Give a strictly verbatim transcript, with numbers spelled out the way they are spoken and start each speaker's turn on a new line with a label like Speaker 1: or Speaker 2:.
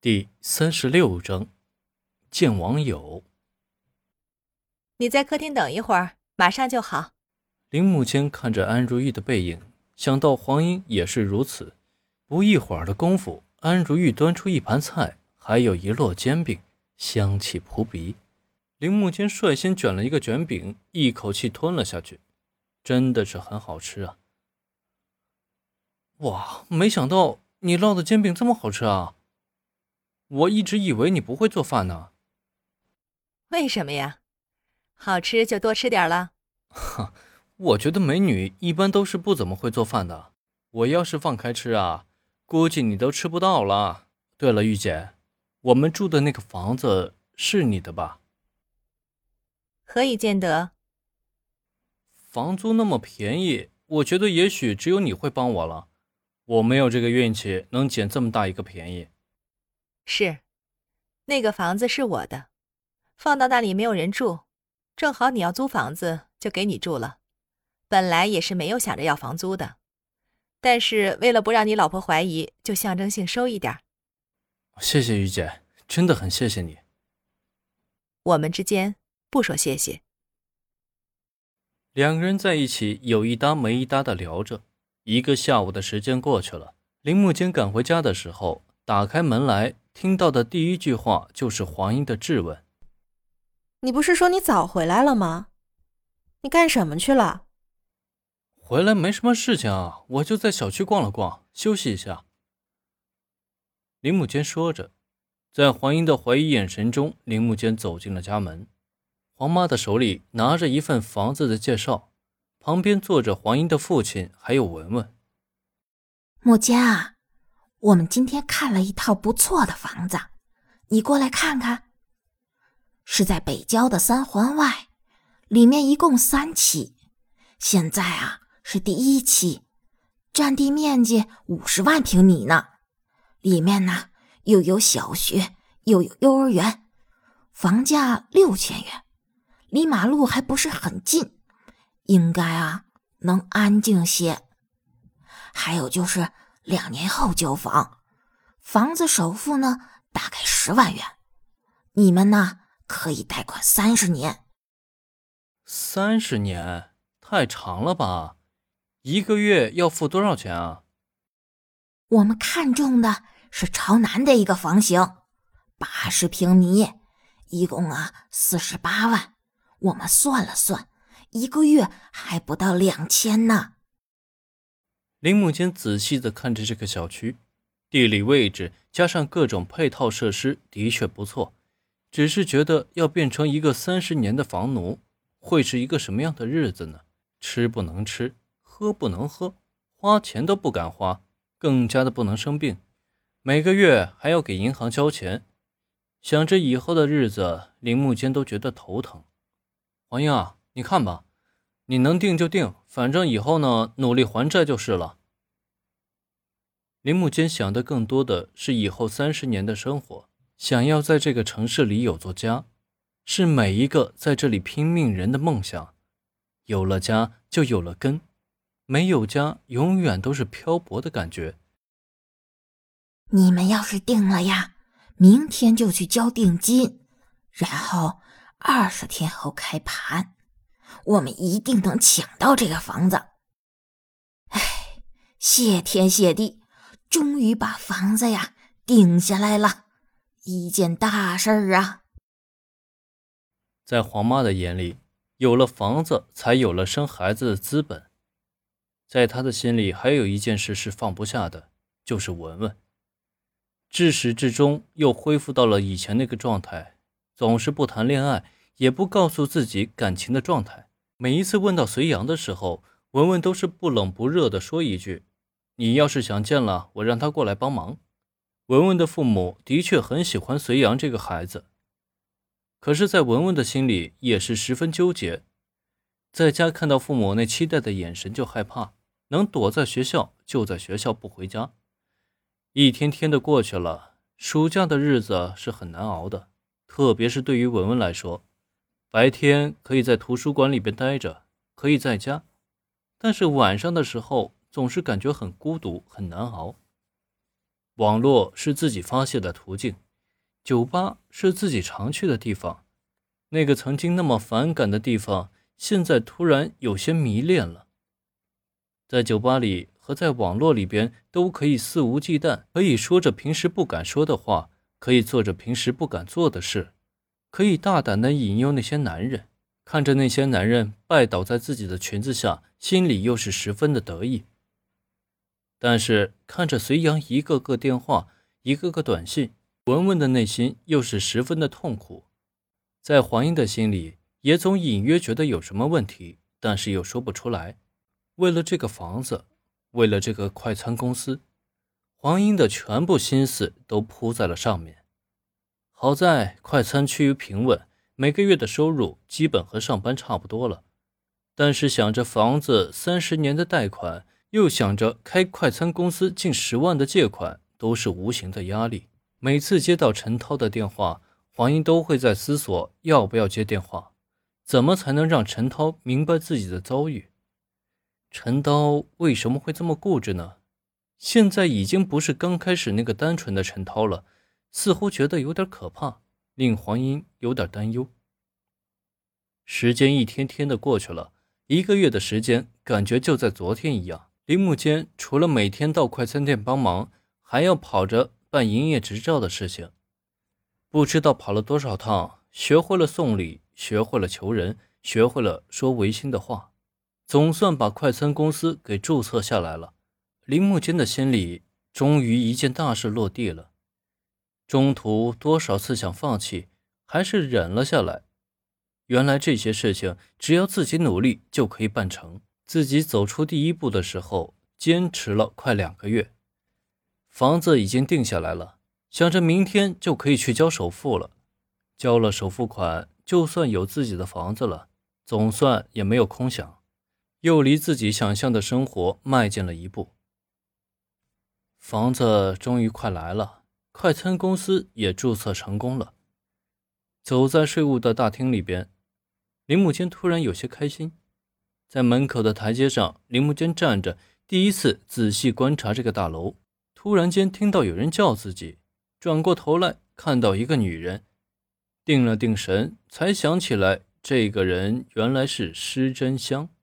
Speaker 1: 第三十六章，见网友。
Speaker 2: 你在客厅等一会儿，马上就好。
Speaker 1: 林木间看着安如玉的背影，想到黄英也是如此。不一会儿的功夫，安如玉端出一盘菜，还有一摞煎饼，香气扑鼻。林木间率先卷了一个卷饼，一口气吞了下去，真的是很好吃啊！哇，没想到你烙的煎饼这么好吃啊！我一直以为你不会做饭呢。
Speaker 2: 为什么呀？好吃就多吃点了。
Speaker 1: 哈，我觉得美女一般都是不怎么会做饭的。我要是放开吃啊，估计你都吃不到了。对了，玉姐，我们住的那个房子是你的吧？
Speaker 2: 何以见得？
Speaker 1: 房租那么便宜，我觉得也许只有你会帮我了。我没有这个运气能捡这么大一个便宜。
Speaker 2: 是，那个房子是我的，放到那里没有人住，正好你要租房子，就给你住了。本来也是没有想着要房租的，但是为了不让你老婆怀疑，就象征性收一点。
Speaker 1: 谢谢玉姐，真的很谢谢你。
Speaker 2: 我们之间不说谢谢。
Speaker 1: 两个人在一起有一搭没一搭的聊着，一个下午的时间过去了。林木间赶回家的时候，打开门来，听到的第一句话就是黄英的质问：
Speaker 3: 你不是说你早回来了吗？你干什么去了？
Speaker 1: 回来没什么事情啊，我就在小区逛了逛，休息一下。林木间说着，在黄英的怀疑眼神中，林木间走进了家门。黄妈的手里拿着一份房子的介绍，旁边坐着黄英的父亲还有文文。
Speaker 4: 木间啊，我们今天看了一套不错的房子，你过来看看。是在北郊的三环外，里面一共三期，现在啊是第一期，占地面积五十万平米呢。里面呢又有小学，又有幼儿园，房价六千元，离马路还不是很近，应该啊能安静些。还有就是两年后交房，房子首付呢大概十万元，你们呢可以贷款三十年。
Speaker 1: 三十年太长了吧？一个月要付多少钱啊？
Speaker 4: 我们看中的是朝南的一个房型，八十平米，一共啊四十八万。我们算了算，一个月还不到两千呢。
Speaker 1: 林木间仔细地看着这个小区，地理位置加上各种配套设施的确不错，只是觉得要变成一个三十年的房奴，会是一个什么样的日子呢？吃不能吃，喝不能喝，花钱都不敢花，更加的不能生病，每个月还要给银行交钱。想着以后的日子，林木间都觉得头疼。黄英啊，你看吧，你能定就定，反正以后呢，努力还债就是了。林木间想的更多的是以后三十年的生活，想要在这个城市里有座家，是每一个在这里拼命人的梦想。有了家就有了根，没有家永远都是漂泊的感觉。
Speaker 4: 你们要是定了呀，明天就去交定金，然后二十天后开盘，我们一定能抢到这个房子。哎，谢天谢地，终于把房子呀定下来了，一件大事儿啊！
Speaker 1: 在黄妈的眼里，有了房子才有了生孩子的资本。在她的心里还有一件事是放不下的，就是文文。至始至终又恢复到了以前那个状态，总是不谈恋爱，也不告诉自己感情的状态。每一次问到隋阳的时候，文文都是不冷不热地说一句：你要是想见了，我让他过来帮忙。文文的父母的确很喜欢隋阳这个孩子，可是在文文的心里也是十分纠结。在家看到父母那期待的眼神就害怕，能躲在学校就在学校，不回家。一天天的过去了，暑假的日子是很难熬的，特别是对于文文来说，白天可以在图书馆里边待着，可以在家，但是晚上的时候总是感觉很孤独，很难熬。 网络是自己发泄的途径，酒吧是自己常去的地方。那个曾经那么反感的地方，现在突然有些迷恋了。在酒吧里和在网络里边都可以肆无忌惮，可以说着平时不敢说的话，可以做着平时不敢做的事，可以大胆地引诱那些男人，看着那些男人拜倒在自己的裙子下，心里又是十分的得意。但是看着隋阳一个个电话，一个个短信，文文的内心又是十分的痛苦。在黄英的心里也总隐约觉得有什么问题，但是又说不出来。为了这个房子，为了这个快餐公司，黄英的全部心思都扑在了上面。好在快餐趋于平稳，每个月的收入基本和上班差不多了，但是想着房子三十年的贷款，又想着开快餐公司近十万的借款，都是无形的压力。每次接到陈涛的电话，黄英都会在思索要不要接电话，怎么才能让陈涛明白自己的遭遇。陈涛为什么会这么固执呢？现在已经不是刚开始那个单纯的陈涛了，似乎觉得有点可怕，令黄英有点担忧。时间一天天的过去了，一个月的时间感觉就在昨天一样。林木坚除了每天到快餐店帮忙，还要跑着办营业执照的事情，不知道跑了多少趟，学会了送礼，学会了求人，学会了说违心的话，总算把快餐公司给注册下来了。林木坚的心里终于一件大事落地了，中途多少次想放弃，还是忍了下来。原来这些事情只要自己努力就可以办成。自己走出第一步的时候，坚持了快两个月，房子已经定下来了，想着明天就可以去交首付了。交了首付款，就算有自己的房子了，总算也没有空想，又离自己想象的生活迈进了一步。房子终于快来了，快餐公司也注册成功了。走在税务的大厅里边，林木坚突然有些开心。在门口的台阶上，林木坚站着，第一次仔细观察这个大楼。突然间听到有人叫自己，转过头来看到一个女人，定了定神，才想起来这个人原来是施真香。